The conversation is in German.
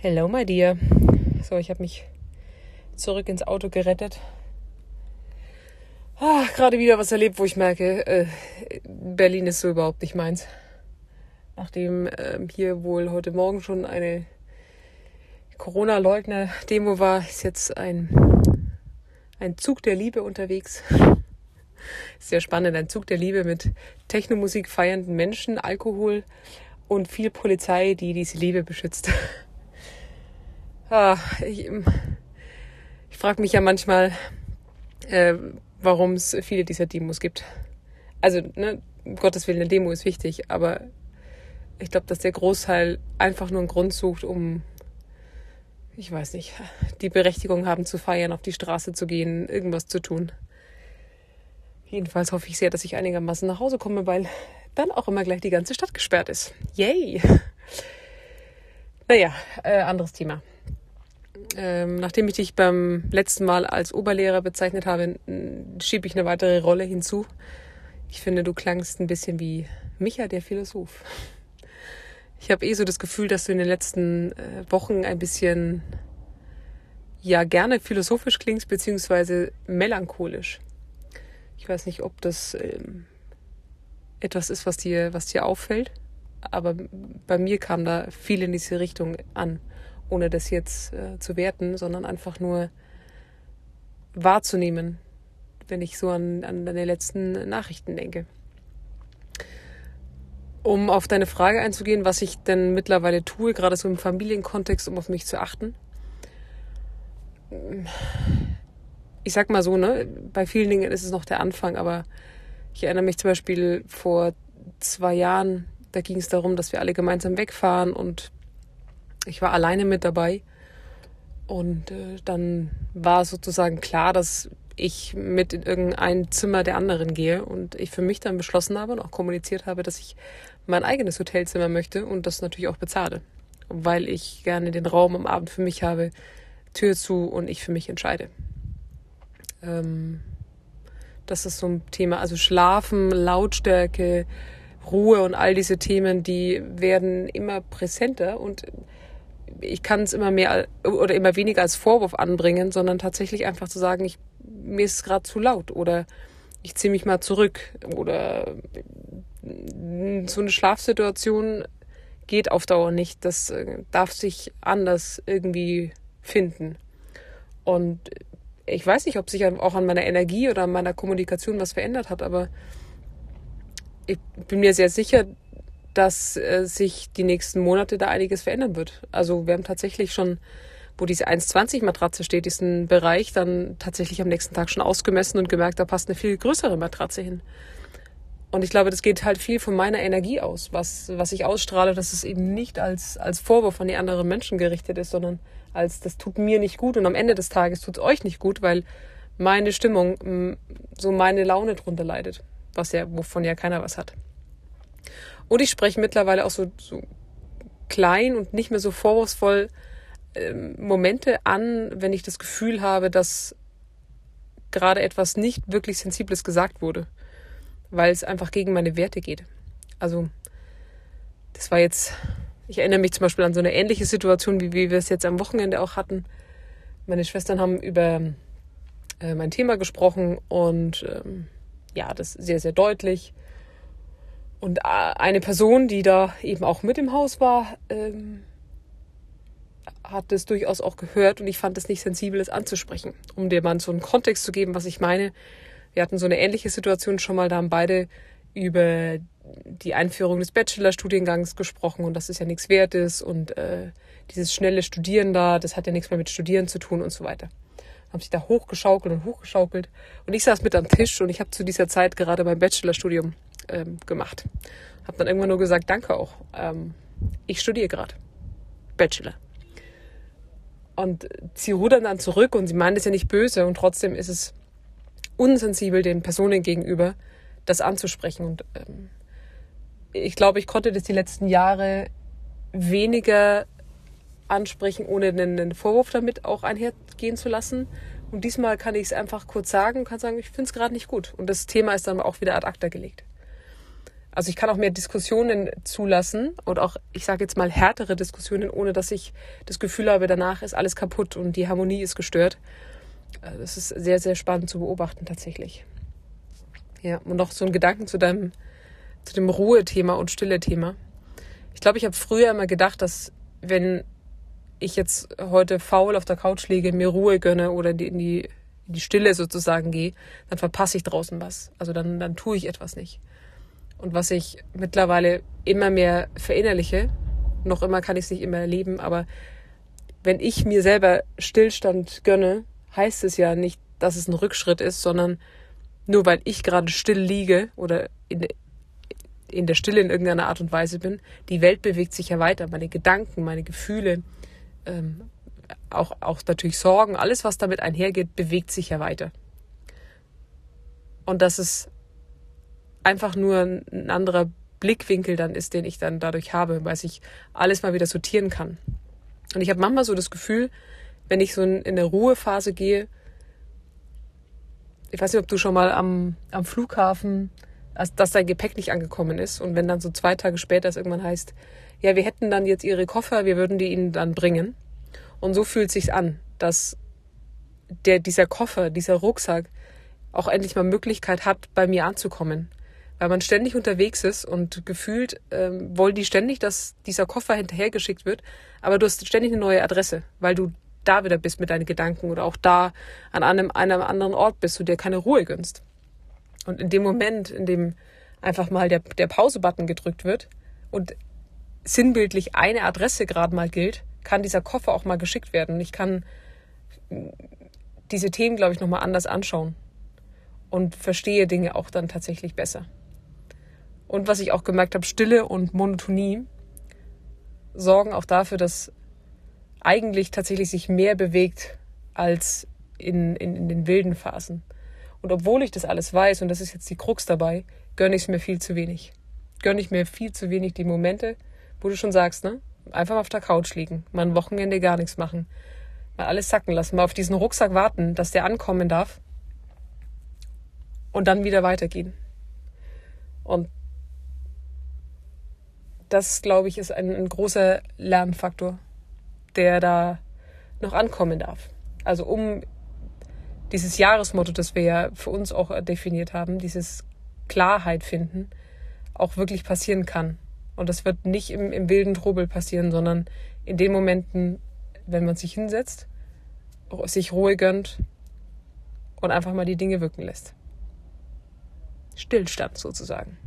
Hello, my dear. So, ich habe mich zurück ins Auto gerettet. Gerade wieder was erlebt, wo ich merke, Berlin ist so überhaupt nicht meins. Nachdem hier wohl heute Morgen schon eine Corona-Leugner-Demo war, ist jetzt ein Zug der Liebe unterwegs. Sehr spannend, ein Zug der Liebe mit Technomusik feiernden Menschen, Alkohol und viel Polizei, die diese Liebe beschützt. Ich frage mich ja manchmal, warum es viele dieser Demos gibt. Also, um Gottes Willen, eine Demo ist wichtig, aber ich glaube, dass der Großteil einfach nur einen Grund sucht, um, ich weiß nicht, die Berechtigung haben zu feiern, auf die Straße zu gehen, irgendwas zu tun. Jedenfalls hoffe ich sehr, dass ich einigermaßen nach Hause komme, weil dann auch immer gleich die ganze Stadt gesperrt ist. Yay! Naja, anderes Thema. Nachdem ich dich beim letzten Mal als Oberlehrer bezeichnet habe, schiebe ich eine weitere Rolle hinzu. Ich finde, du klangst ein bisschen wie Micha, der Philosoph. Ich habe so das Gefühl, dass du in den letzten Wochen ein bisschen, gerne philosophisch klingst, beziehungsweise melancholisch. Ich weiß nicht, ob das etwas ist, was dir auffällt, aber bei mir kam da viel in diese Richtung an. Ohne das jetzt zu werten, sondern einfach nur wahrzunehmen, wenn ich so an deine letzten Nachrichten denke. Um auf deine Frage einzugehen, was ich denn mittlerweile tue, gerade so im Familienkontext, um auf mich zu achten. Ich sag mal so, bei vielen Dingen ist es noch der Anfang, aber ich erinnere mich zum Beispiel vor 2 Jahren, da ging es darum, dass wir alle gemeinsam wegfahren und ich war alleine mit dabei und dann war sozusagen klar, dass ich mit in irgendein Zimmer der anderen gehe und ich für mich dann beschlossen habe und auch kommuniziert habe, dass ich mein eigenes Hotelzimmer möchte und das natürlich auch bezahle, weil ich gerne den Raum am Abend für mich habe, Tür zu und ich für mich entscheide. Das ist so ein Thema, also Schlafen, Lautstärke, Ruhe und all diese Themen, die werden immer präsenter und ich kann es immer mehr oder immer weniger als Vorwurf anbringen, sondern tatsächlich einfach zu sagen, mir ist es gerade zu laut oder ich ziehe mich mal zurück oder so eine Schlafsituation geht auf Dauer nicht. Das darf sich anders irgendwie finden. Und ich weiß nicht, ob sich auch an meiner Energie oder an meiner Kommunikation was verändert hat, aber ich bin mir sehr sicher, dass sich die nächsten Monate da einiges verändern wird. Also wir haben tatsächlich schon, wo diese 1,20 Matratze steht, diesen Bereich dann tatsächlich am nächsten Tag schon ausgemessen und gemerkt, da passt eine viel größere Matratze hin. Und ich glaube, das geht halt viel von meiner Energie aus, was ich ausstrahle, dass es eben nicht als Vorwurf an die anderen Menschen gerichtet ist, sondern als, das tut mir nicht gut und am Ende des Tages tut es euch nicht gut, weil meine Stimmung, so meine Laune drunter leidet, wovon ja keiner was hat. Und ich spreche mittlerweile auch so klein und nicht mehr so vorwurfsvoll Momente an, wenn ich das Gefühl habe, dass gerade etwas nicht wirklich Sensibles gesagt wurde, weil es einfach gegen meine Werte geht. Also das war jetzt, ich erinnere mich zum Beispiel an so eine ähnliche Situation, wie wir es jetzt am Wochenende auch hatten. Meine Schwestern haben über mein Thema gesprochen und das sehr, sehr deutlich. Und eine Person, die da eben auch mit im Haus war, hat es durchaus auch gehört und ich fand es nicht sensibel, es anzusprechen. Um dir mal so einen Kontext zu geben, was ich meine. Wir hatten so eine ähnliche Situation schon mal, da haben beide über die Einführung des Bachelorstudiengangs gesprochen und dass es ja nichts wert ist und dieses schnelle Studieren da, das hat ja nichts mehr mit Studieren zu tun und so weiter. Haben sich da hochgeschaukelt und ich saß mit am Tisch und ich habe zu dieser Zeit gerade mein Bachelorstudium gemacht. Habe dann irgendwann nur gesagt, danke auch. Ich studiere gerade Bachelor. Und sie rudern dann zurück und sie meinen es ja nicht böse und trotzdem ist es unsensibel den Personen gegenüber, das anzusprechen. Und ich glaube, ich konnte das die letzten Jahre weniger ansprechen, ohne einen Vorwurf damit auch einhergehen zu lassen. Und diesmal kann ich es einfach kurz sagen und kann sagen, ich finde es gerade nicht gut. Und das Thema ist dann auch wieder ad acta gelegt. Also ich kann auch mehr Diskussionen zulassen und auch, ich sage jetzt mal, härtere Diskussionen, ohne dass ich das Gefühl habe, danach ist alles kaputt und die Harmonie ist gestört. Das ist sehr, sehr spannend zu beobachten tatsächlich. Ja, und noch so ein Gedanken zu dem Ruhethema und Stille-Thema. Ich glaube, ich habe früher immer gedacht, dass wenn ich jetzt heute faul auf der Couch liege, mir Ruhe gönne oder in die Stille sozusagen gehe, dann verpasse ich draußen was. Also dann tue ich etwas nicht. Und was ich mittlerweile immer mehr verinnerliche, noch immer kann ich es nicht immer erleben, aber wenn ich mir selber Stillstand gönne, heißt es ja nicht, dass es ein Rückschritt ist, sondern nur weil ich gerade still liege oder in der Stille in irgendeiner Art und Weise bin, die Welt bewegt sich ja weiter. Meine Gedanken, meine Gefühle, auch natürlich Sorgen, alles, was damit einhergeht, bewegt sich ja weiter. Und dass es einfach nur ein anderer Blickwinkel dann ist, den ich dann dadurch habe, weil ich alles mal wieder sortieren kann. Und ich habe manchmal so das Gefühl, wenn ich so in eine Ruhephase gehe, ich weiß nicht, ob du schon mal am Flughafen, dass dein Gepäck nicht angekommen ist und wenn dann so 2 Tage später es irgendwann heißt, ja, wir hätten dann jetzt Ihre Koffer, wir würden die Ihnen dann bringen. Und so fühlt es sich an, dass dieser Koffer, dieser Rucksack auch endlich mal Möglichkeit hat, bei mir anzukommen. Weil man ständig unterwegs ist und gefühlt wollen die ständig, dass dieser Koffer hinterhergeschickt wird, aber du hast ständig eine neue Adresse, weil du da wieder bist mit deinen Gedanken oder auch da an einem anderen Ort bist, du dir keine Ruhe gönnst. Und in dem Moment, in dem einfach mal der Pause-Button gedrückt wird und sinnbildlich eine Adresse gerade mal gilt, kann dieser Koffer auch mal geschickt werden. Und ich kann diese Themen, glaube ich, nochmal anders anschauen und verstehe Dinge auch dann tatsächlich besser. Und was ich auch gemerkt habe, Stille und Monotonie sorgen auch dafür, dass eigentlich tatsächlich sich mehr bewegt als in den wilden Phasen. Und obwohl ich das alles weiß, und das ist jetzt die Krux dabei, gönne ich es mir viel zu wenig. Gönne ich mir viel zu wenig die Momente, wo du schon sagst, ne? Einfach mal auf der Couch liegen, mal ein Wochenende gar nichts machen, mal alles sacken lassen, mal auf diesen Rucksack warten, dass der ankommen darf und dann wieder weitergehen. Und das, glaube ich, ist ein großer Lernfaktor, der da noch ankommen darf. Also um dieses Jahresmotto, das wir ja für uns auch definiert haben, dieses Klarheit finden, auch wirklich passieren kann. Und das wird nicht im wilden Trubel passieren, sondern in den Momenten, wenn man sich hinsetzt, sich Ruhe gönnt und einfach mal die Dinge wirken lässt. Stillstand sozusagen.